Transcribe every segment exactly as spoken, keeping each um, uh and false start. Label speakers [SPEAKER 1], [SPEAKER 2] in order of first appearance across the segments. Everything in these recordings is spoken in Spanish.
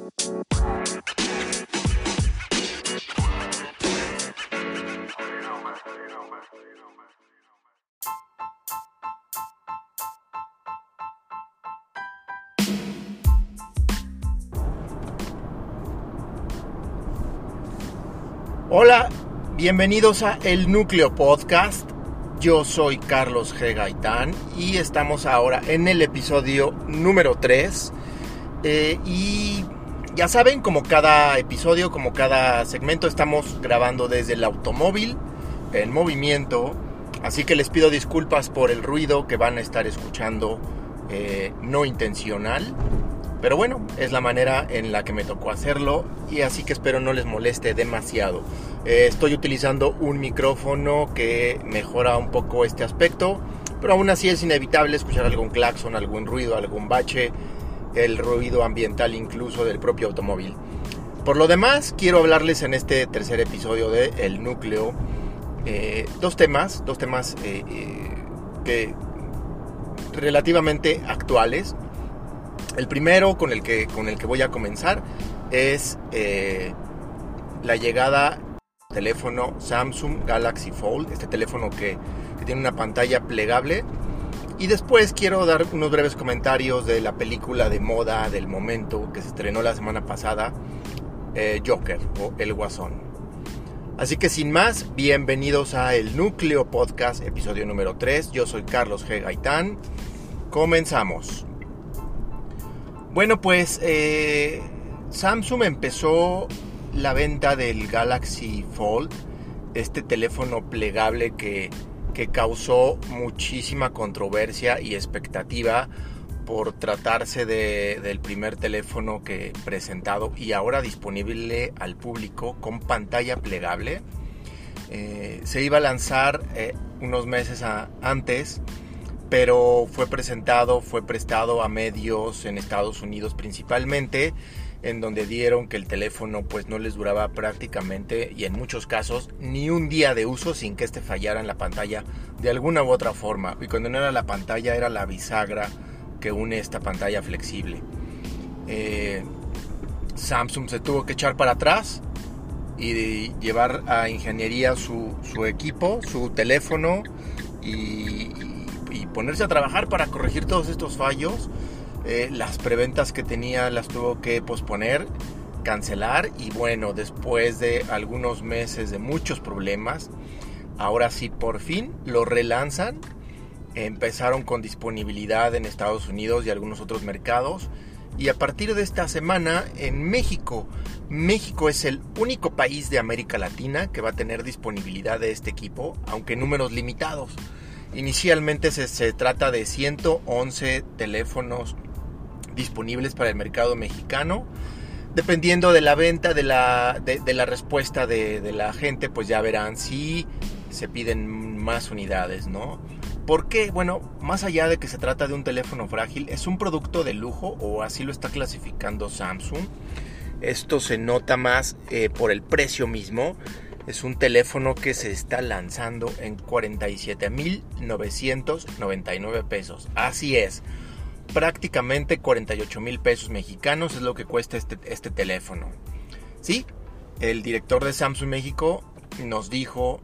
[SPEAKER 1] Hola, bienvenidos a El Núcleo Podcast. Yo soy Carlos G. Gaitán y estamos ahora en el episodio número tres. Eh, y ya saben, como cada episodio, como cada segmento, estamos grabando desde el automóvil en movimiento. Así que les pido disculpas por el ruido que van a estar escuchando, eh, no intencional. Pero bueno, es la manera en la que me tocó hacerlo y así que espero no les moleste demasiado. Eh, estoy utilizando un micrófono que mejora un poco este aspecto, pero aún así es inevitable escuchar algún claxon, algún ruido, algún bache, el ruido ambiental incluso del propio automóvil. Por lo demás, quiero hablarles en este tercer episodio de El Núcleo eh, dos temas, dos temas eh, eh, que relativamente actuales. El primero con el que, con el que voy a comenzar es eh, la llegada del teléfono Samsung Galaxy Fold, este teléfono que, que tiene una pantalla plegable. Y después quiero dar unos breves comentarios de la película de moda del momento que se estrenó la semana pasada, eh, Joker o El Guasón. Así que sin más, bienvenidos a El Núcleo Podcast, episodio número tres. Yo soy Carlos G. Gaitán. Comenzamos. Bueno, pues eh, Samsung empezó la venta del Galaxy Fold, este teléfono plegable que, que causó muchísima controversia y expectativa por tratarse de, del primer teléfono que presentado y ahora disponible al público con pantalla plegable. Eh, se iba a lanzar eh, unos meses a, antes, pero fue presentado, fue prestado a medios en Estados Unidos principalmente, en donde dieron que el teléfono pues no les duraba prácticamente y en muchos casos ni un día de uso sin que este fallara en la pantalla de alguna u otra forma. Y cuando no era la pantalla, era la bisagra que une esta pantalla flexible. Eh, Samsung se tuvo que echar para atrás y llevar a ingeniería su, su equipo, su teléfono y, y ponerse a trabajar para corregir todos estos fallos. Eh, las preventas que tenía las tuvo que posponer, cancelar y bueno, después de algunos meses de muchos problemas, ahora sí por fin lo relanzan. Empezaron con disponibilidad en Estados Unidos y algunos otros mercados y a partir de esta semana en México. México es el único país de América Latina que va a tener disponibilidad de este equipo, aunque en números limitados. Inicialmente se, se trata de ciento once teléfonos disponibles para el mercado mexicano. Dependiendo de la venta, de la, de, de la respuesta de, de la gente, pues ya verán si se piden más unidades, ¿no? ¿Por qué? Bueno, más allá de que se trata de un teléfono frágil, es un producto de lujo, o así lo está clasificando Samsung. Esto se nota más eh, por el precio mismo. Es un teléfono que se está lanzando en cuarenta y siete mil novecientos noventa y nueve pesos. Así es, prácticamente cuarenta y ocho mil pesos mexicanos es lo que cuesta este, este teléfono. Sí, el director de Samsung México nos dijo,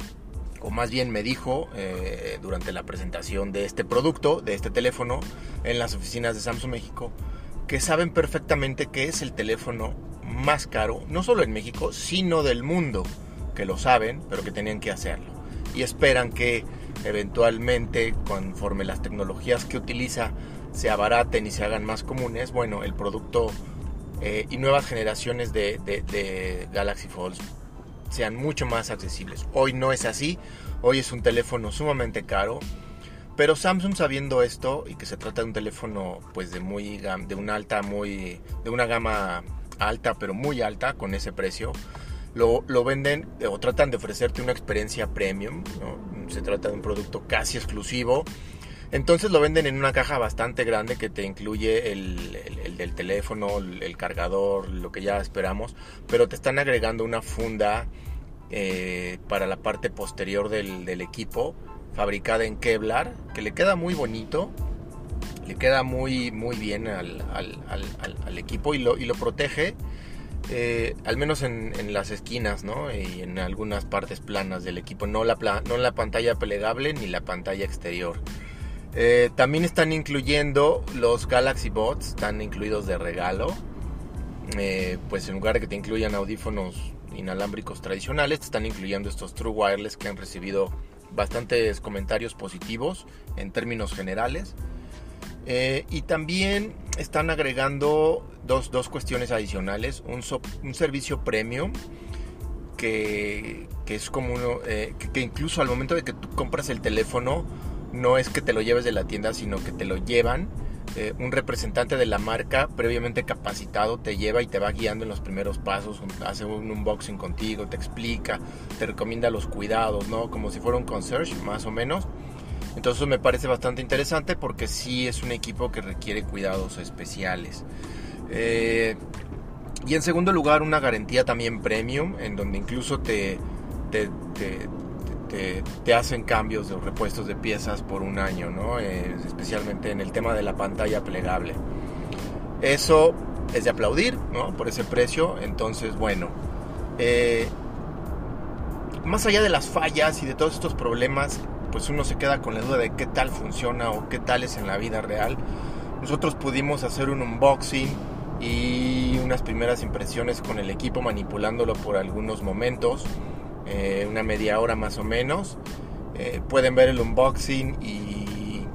[SPEAKER 1] o más bien me dijo eh, durante la presentación de este producto, de este teléfono, en las oficinas de Samsung México, que saben perfectamente que es el teléfono más caro, no solo en México, sino del mundo, que lo saben, pero que tenían que hacerlo. Y esperan que eventualmente, conforme las tecnologías que utiliza se abaraten y se hagan más comunes, bueno, el producto eh, y nuevas generaciones de, de, de Galaxy Fold sean mucho más accesibles. Hoy no es así, hoy es un teléfono sumamente caro, pero Samsung, sabiendo esto y que se trata de un teléfono pues de muy de una alta muy de una gama alta, pero muy alta con ese precio, lo, lo venden o tratan de ofrecerte una experiencia premium, ¿no? Se trata de un producto casi exclusivo. Entonces lo venden en una caja bastante grande que te incluye el, el, el del teléfono, el, el cargador, lo que ya esperamos, pero te están agregando una funda eh, para la parte posterior del, del equipo, fabricada en Kevlar, que le queda muy bonito le queda muy, muy bien al, al, al, al, al equipo y lo, y lo protege, eh, al menos en, en las esquinas, ¿no? Y en algunas partes planas del equipo, no la, no la pantalla plegable ni la pantalla exterior. Eh, también están incluyendo los Galaxy Buds, están incluidos de regalo. Eh, pues en lugar de que te incluyan audífonos inalámbricos tradicionales, te están incluyendo estos True Wireless que han recibido bastantes comentarios positivos en términos generales. Eh, y también están agregando dos, dos cuestiones adicionales, un, so, un servicio premium que, que es como uno, eh, que, que incluso al momento de que tú compras el teléfono no es que te lo lleves de la tienda, sino que te lo llevan. Eh, un representante de la marca previamente capacitado te lleva y te va guiando en los primeros pasos, hace un unboxing contigo, te explica, te recomienda los cuidados, ¿no? Como si fuera un concierge, más o menos. Entonces eso me parece bastante interesante porque sí es un equipo que requiere cuidados especiales. Eh, y en segundo lugar, una garantía también premium, en donde incluso te, te, te, te, te hacen cambios de repuestos de piezas por un año, ¿no? Eh, especialmente en el tema de la pantalla plegable. Eso es de aplaudir, ¿no? Por ese precio. Entonces, bueno, eh, más allá de las fallas y de todos estos problemas, pues uno se queda con la duda de qué tal funciona o qué tal es en la vida real. Nosotros pudimos hacer un unboxing y unas primeras impresiones con el equipo, manipulándolo por algunos momentos, eh, una media hora más o menos. Eh, pueden ver el unboxing y,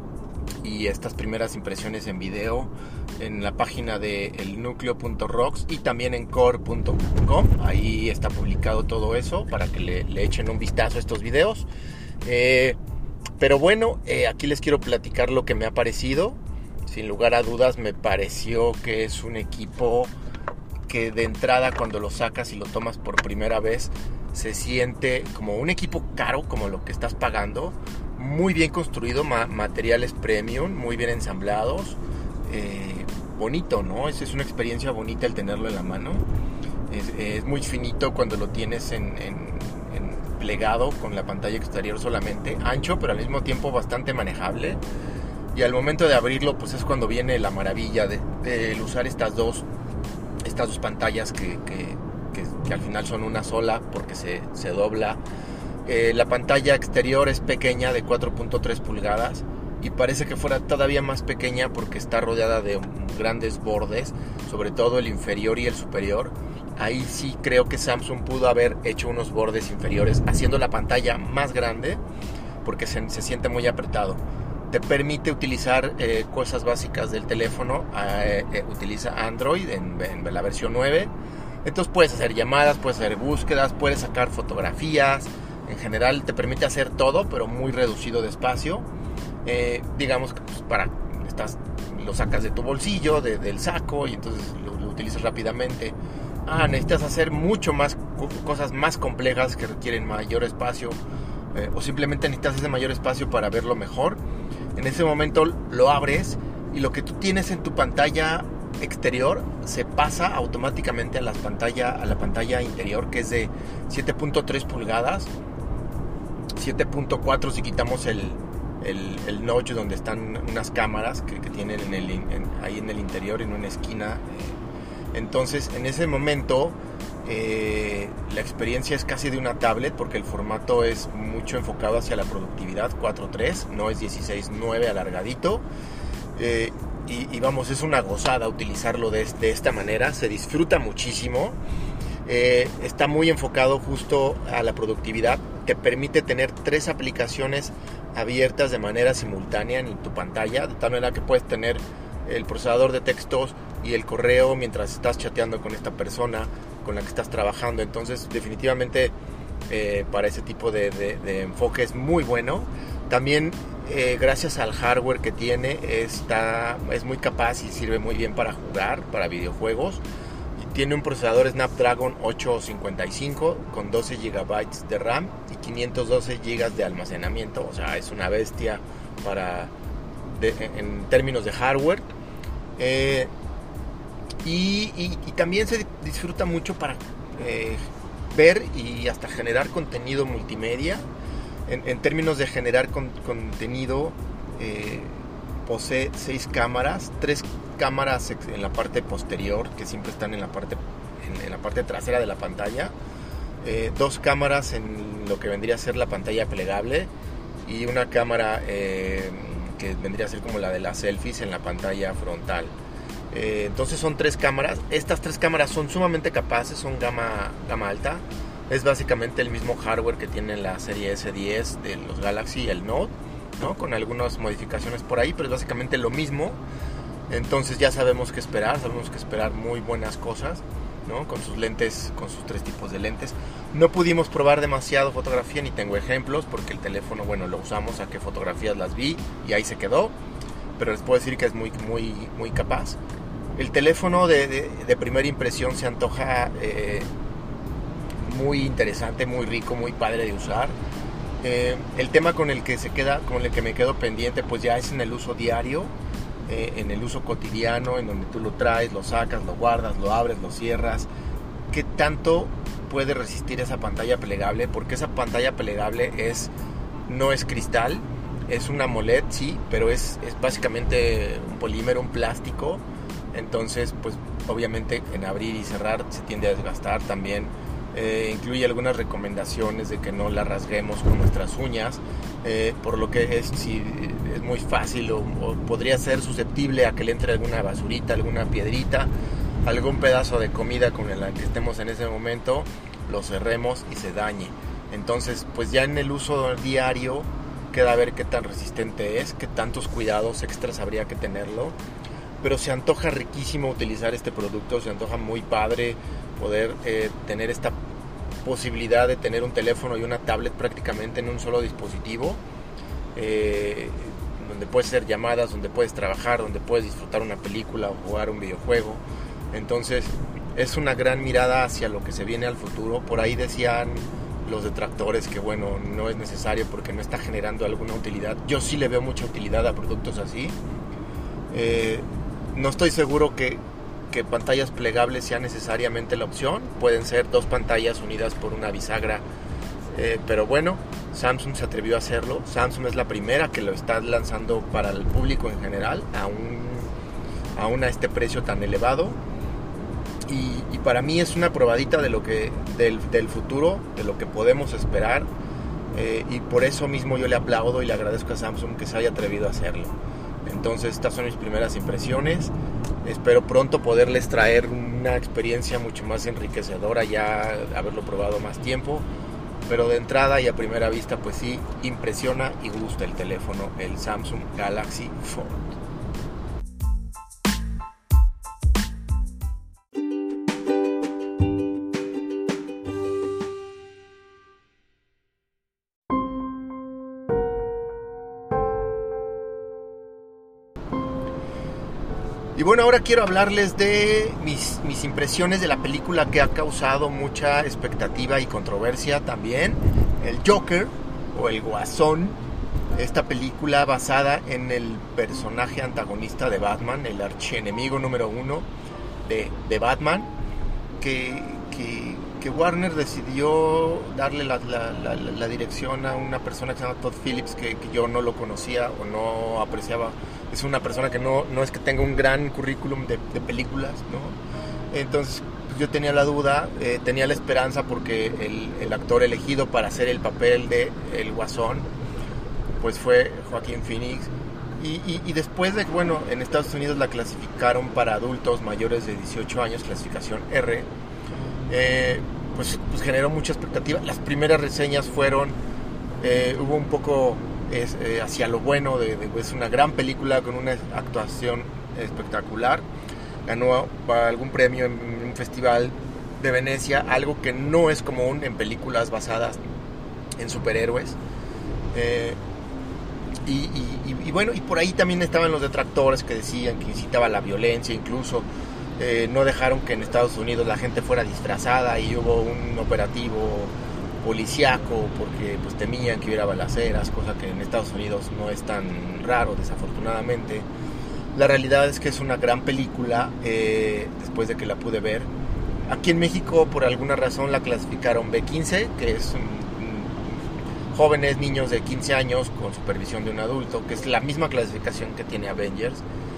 [SPEAKER 1] y estas primeras impresiones en video en la página de el núcleo punto rocks y también en core punto com. Ahí está publicado todo eso para que le, le echen un vistazo a estos videos. Eh, pero bueno, eh, aquí les quiero platicar lo que me ha parecido. Sin lugar a dudas me pareció que es un equipo que de entrada, cuando lo sacas y lo tomas por primera vez, se siente como un equipo caro, como lo que estás pagando, muy bien construido, ma- materiales premium, muy bien ensamblados, eh, bonito, ¿no? Es, es una experiencia bonita el tenerlo en la mano. Es, es muy finito cuando lo tienes en, en plegado con la pantalla exterior solamente, ancho pero al mismo tiempo bastante manejable, y al momento de abrirlo pues es cuando viene la maravilla de, de usar estas dos estas dos pantallas que, que, que, que al final son una sola porque se, se dobla. Eh, la pantalla exterior es pequeña, de cuatro punto tres pulgadas, y parece que fuera todavía más pequeña porque está rodeada de grandes bordes, sobre todo el inferior y el superior. Ahí sí creo que Samsung pudo haber hecho unos bordes inferiores, haciendo la pantalla más grande, porque se, se siente muy apretado. Te permite utilizar eh, cosas básicas del teléfono, eh, eh, utiliza Android en, en la versión nueve. Entonces puedes hacer llamadas, puedes hacer búsquedas, puedes sacar fotografías. En general te permite hacer todo, pero muy reducido de espacio. Eh, digamos que pues, para estás, lo sacas de tu bolsillo, de, del saco, y entonces lo, lo utilizas rápidamente. Ah, necesitas hacer mucho más cosas más complejas que requieren mayor espacio, eh, o simplemente necesitas ese mayor espacio para verlo mejor. En ese momento lo abres y lo que tú tienes en tu pantalla exterior se pasa automáticamente a la pantalla, a la pantalla interior, que es de siete punto tres pulgadas, siete punto cuatro si quitamos el, el, el notch donde están unas cámaras que, que tienen en el, en, ahí en el interior, en una esquina. eh, Entonces, en ese momento, eh, la experiencia es casi de una tablet, porque el formato es mucho enfocado hacia la productividad, cuatro tres, no es dieciséis nueve alargadito. Eh, y, y vamos, es una gozada utilizarlo de, de esta manera, se disfruta muchísimo. Eh, está muy enfocado justo a la productividad, te permite tener tres aplicaciones abiertas de manera simultánea en tu pantalla, de tal manera que puedes tener el procesador de textos y el correo mientras estás chateando con esta persona con la que estás trabajando. Entonces definitivamente eh, para ese tipo de, de, de enfoque es muy bueno. También eh, gracias al hardware que tiene está, es muy capaz y sirve muy bien para jugar, para videojuegos. Tiene un procesador Snapdragon ocho cincuenta y cinco con doce gigabytes de RAM y quinientos doce gigas de almacenamiento. O sea, es una bestia para de, en términos de hardware. Eh, y, y, y también se disfruta mucho para eh, ver y hasta generar contenido multimedia. En, en términos de generar con, contenido, eh, posee seis cámaras, tres cámaras en la parte posterior, que siempre están en la parte, en, en la parte trasera de la pantalla, eh, dos cámaras en lo que vendría a ser la pantalla plegable y una cámara eh, que vendría a ser como la de las selfies en la pantalla frontal. Eh, entonces son tres cámaras. Estas tres cámaras son sumamente capaces, son gama, gama alta. Es básicamente el mismo hardware que tiene la serie ese diez de los Galaxy y el Note, ¿no? Con algunas modificaciones por ahí, pero es básicamente lo mismo. Entonces ya sabemos qué esperar, sabemos que esperar muy buenas cosas, ¿no? Con sus lentes, con sus tres tipos de lentes. No pudimos probar demasiado fotografía, ni tengo ejemplos, porque el teléfono, bueno, lo usamos, a qué fotografías las vi y ahí se quedó. Pero les puedo decir que es muy, muy, muy capaz. El teléfono de, de, de primera impresión se antoja eh, muy interesante, muy rico, muy padre de usar. Eh, el tema con el que se queda, con el que me quedo pendiente, pues ya es en el uso diario, eh, en el uso cotidiano, en donde tú lo traes, lo sacas, lo guardas, lo abres, lo cierras. ¿Qué tanto puede resistir esa pantalla plegable? Porque esa pantalla plegable es, no es cristal, es una AMOLED, sí, pero es, es básicamente un polímero, un plástico. Entonces, pues obviamente en abrir y cerrar se tiende a desgastar también. Eh, incluye algunas recomendaciones de que no la rasguemos con nuestras uñas, eh, por lo que es, si, es muy fácil o, o podría ser susceptible a que le entre alguna basurita, alguna piedrita, algún pedazo de comida con el que estemos en ese momento, lo cerremos y se dañe. Entonces, pues ya en el uso diario queda ver qué tan resistente es, qué tantos cuidados extras habría que tenerlo. Pero se antoja riquísimo utilizar este producto, se antoja muy padre poder eh, tener esta posibilidad de tener un teléfono y una tablet prácticamente en un solo dispositivo, eh, donde puedes hacer llamadas, donde puedes trabajar, donde puedes disfrutar una película o jugar un videojuego. Entonces es una gran mirada hacia lo que se viene al futuro. Por ahí decían los detractores que bueno, no es necesario porque no está generando alguna utilidad. Yo sí le veo mucha utilidad a productos así. Eh, no estoy seguro que, que pantallas plegables sea necesariamente la opción. Pueden ser dos pantallas unidas por una bisagra, eh, pero bueno, Samsung se atrevió a hacerlo. Samsung es la primera que lo está lanzando para el público en general, aún, aún a este precio tan elevado. Y, y para mí es una probadita de lo que, del, del futuro, de lo que podemos esperar, eh, y por eso mismo yo le aplaudo y le agradezco a Samsung que se haya atrevido a hacerlo. Entonces estas son mis primeras impresiones. Espero pronto poderles traer una experiencia mucho más enriquecedora, ya haberlo probado más tiempo. Pero de entrada y a primera vista, pues sí, impresiona y gusta el teléfono, el Samsung Galaxy Fold. Y bueno, ahora quiero hablarles de mis, mis impresiones de la película que ha causado mucha expectativa y controversia también, el Joker o el Guasón. Esta película basada en el personaje antagonista de Batman, el archienemigo número uno de, de Batman, que, que, que Warner decidió darle la, la, la, la dirección a una persona que se llama Todd Phillips, que, que yo no lo conocía o no apreciaba. Es una persona que no, no es que tenga un gran currículum de, de películas, ¿no? Entonces pues yo tenía la duda, eh, tenía la esperanza porque el, el actor elegido para hacer el papel de el Guasón pues fue Joaquín Phoenix. Y, y, y después de que, bueno, en Estados Unidos la clasificaron para adultos mayores de dieciocho años, clasificación R, eh, pues, pues generó mucha expectativa. Las primeras reseñas fueron, eh, hubo un poco... Es, eh, hacia lo bueno, de, de, es una gran película con una actuación espectacular. Ganó algún premio en un festival de Venecia, algo que no es común en películas basadas en superhéroes. Eh, y, y, y bueno, y por ahí también estaban los detractores que decían que incitaba a la violencia, incluso eh, no dejaron que en Estados Unidos la gente fuera disfrazada y hubo un operativo policíaco porque pues temían que hubiera balaceras, cosa que en Estados Unidos no es tan raro, desafortunadamente. La realidad es que es una gran película, eh, después de que la pude ver. Aquí en México por alguna razón la clasificaron B quince, que es un, un, jóvenes, niños de quince años con supervisión de un adulto, que es la misma clasificación que tiene Avengers,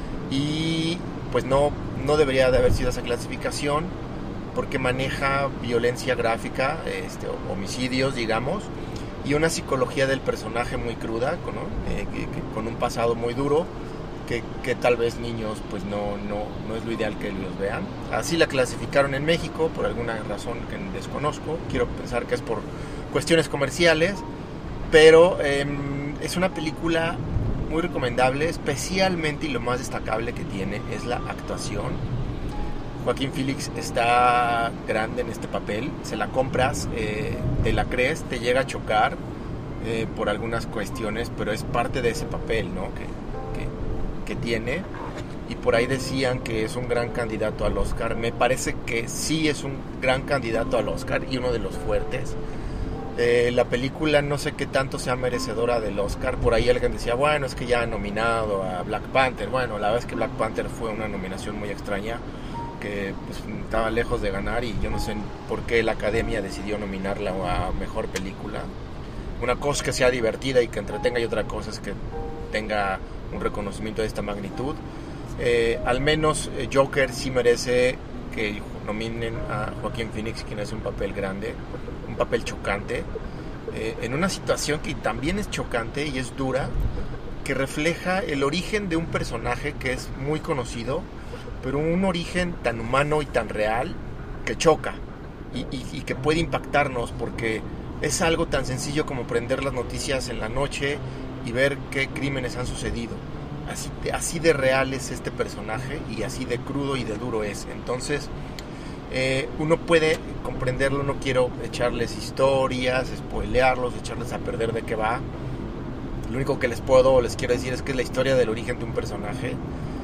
[SPEAKER 1] y pues no, no debería de haber sido esa clasificación porque maneja violencia gráfica, este, homicidios, digamos, y una psicología del personaje muy cruda, ¿no? eh, que, que, con un pasado muy duro, que, que tal vez niños pues no, no, no es lo ideal que los vean. Así la clasificaron en México, por alguna razón que desconozco, quiero pensar que es por cuestiones comerciales, pero eh, es una película muy recomendable, especialmente, y lo más destacable que tiene es la actuación. Joaquín Phoenix está grande en este papel, se la compras, eh, te la crees, te llega a chocar eh, por algunas cuestiones, pero es parte de ese papel, ¿no? que, que, que tiene, y por ahí decían que es un gran candidato al Oscar. Me parece que sí es un gran candidato al Oscar y uno de los fuertes. Eh, la película no sé qué tanto sea merecedora del Oscar. Por ahí alguien decía, bueno, es que ya ha nominado a Black Panther. Bueno, la verdad es que Black Panther fue una nominación muy extraña, que pues, estaba lejos de ganar, y yo no sé por qué la Academia decidió nominarla a Mejor Película. Una cosa es que sea divertida y que entretenga, y otra cosa es que tenga un reconocimiento de esta magnitud. Eh, al menos eh, Joker sí merece que nominen a Joaquín Phoenix, quien hace un papel grande, un papel chocante, eh, en una situación que también es chocante y es dura, que refleja el origen de un personaje que es muy conocido, pero un origen tan humano y tan real que choca y, y, y que puede impactarnos, porque es algo tan sencillo como prender las noticias en la noche y ver qué crímenes han sucedido. Así de, así de real es este personaje, y así de crudo y de duro es. Entonces eh, uno puede comprenderlo. No quiero echarles historias, spoilearlos, echarles a perder de qué va. Lo único que les puedo o les quiero decir es que es la historia del origen de un personaje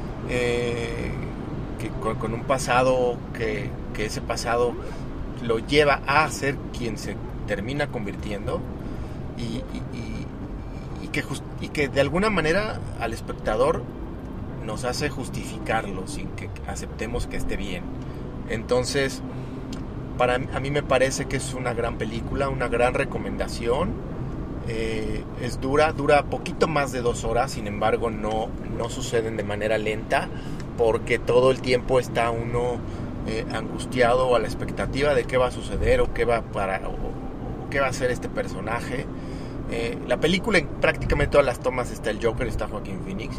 [SPEAKER 1] eh, que con, con un pasado que, que ese pasado lo lleva a ser quien se termina convirtiendo, y, y, y, y, que just, y que de alguna manera al espectador nos hace justificarlo sin que aceptemos que esté bien. Entonces, para a mí me parece que es una gran película, una gran recomendación. Eh, es dura, dura poquito más de dos horas, sin embargo no, no suceden de manera lenta, porque todo el tiempo está uno eh, angustiado o a la expectativa de qué va a suceder o qué va, para, o, o qué va a hacer este personaje. Eh, la película, en prácticamente todas las tomas está el Joker, está Joaquín Phoenix,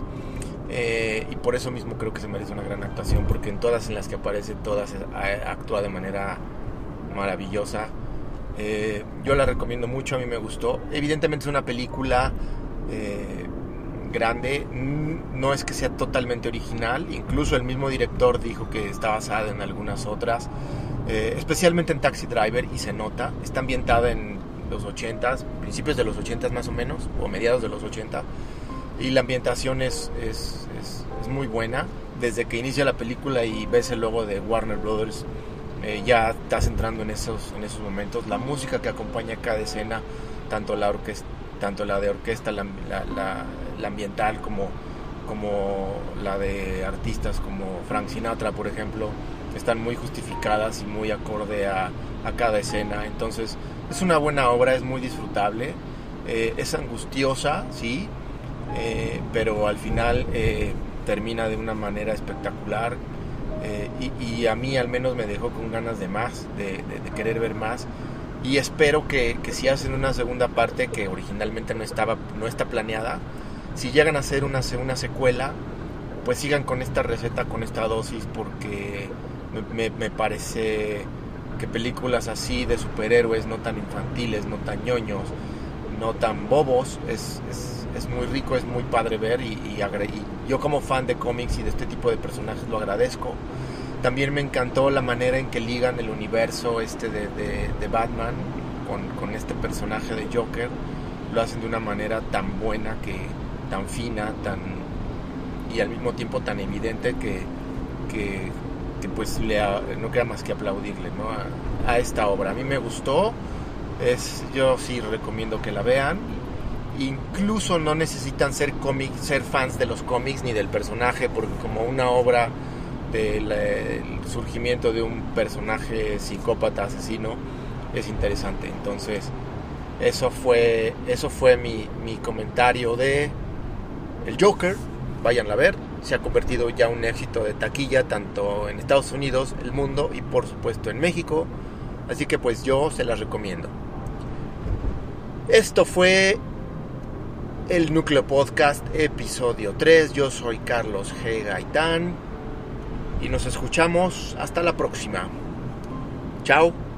[SPEAKER 1] eh, y por eso mismo creo que se merece una gran actuación, porque en todas en las que aparece, todas actúa de manera maravillosa. Eh, yo la recomiendo mucho, a mí me gustó. Evidentemente es una película eh, grande, no es que sea totalmente original, incluso el mismo director dijo que está basada en algunas otras, eh, especialmente en Taxi Driver, y se nota. Está ambientada en los ochentas, principios de los ochentas más o menos, o mediados de los ochenta, y la ambientación es, es, es, es muy buena. Desde que inicia la película y ves el logo de Warner Brothers, Eh, ya estás entrando en esos, en esos momentos. La música que acompaña cada escena, tanto la orquesta, tanto la de orquesta, la, la, la, la ambiental, como, como la de artistas como Frank Sinatra, por ejemplo, están muy justificadas y muy acorde a, a cada escena. Entonces es una buena obra, es muy disfrutable, eh, es angustiosa, sí, eh, pero al final eh, termina de una manera espectacular. Eh, y, y a mí al menos me dejó con ganas de más, de, de, de querer ver más, y espero que, que si hacen una segunda parte, que originalmente no estaba, no está planeada, si llegan a hacer una, una secuela, pues sigan con esta receta, con esta dosis, porque me, me, me parece que películas así de superhéroes, no tan infantiles, no tan ñoños, no tan bobos, es, es, es muy rico, es muy padre ver, y, y, y yo como fan de cómics y de este tipo de personajes lo agradezco. También me encantó la manera en que ligan el universo este de, de, de Batman con, con este personaje de Joker. Lo hacen de una manera tan buena, que tan fina, tan y al mismo tiempo tan evidente que, que, que pues le, no queda más que aplaudirle, ¿no? a, a esta obra. A mí me gustó. Es, yo sí recomiendo que la vean. Incluso no necesitan ser cómics, ser fans de los cómics ni del personaje, porque como una obra del surgimiento de un personaje psicópata asesino es interesante. Entonces Eso fue, eso fue mi, mi comentario de El Joker. Váyanla a ver. Se ha convertido ya en un éxito de taquilla tanto en Estados Unidos, el mundo y por supuesto en México. Así que pues yo se las recomiendo. Esto fue El Núcleo Podcast, episodio tres. Yo soy Carlos G. Gaitán y nos escuchamos hasta la próxima. Chao.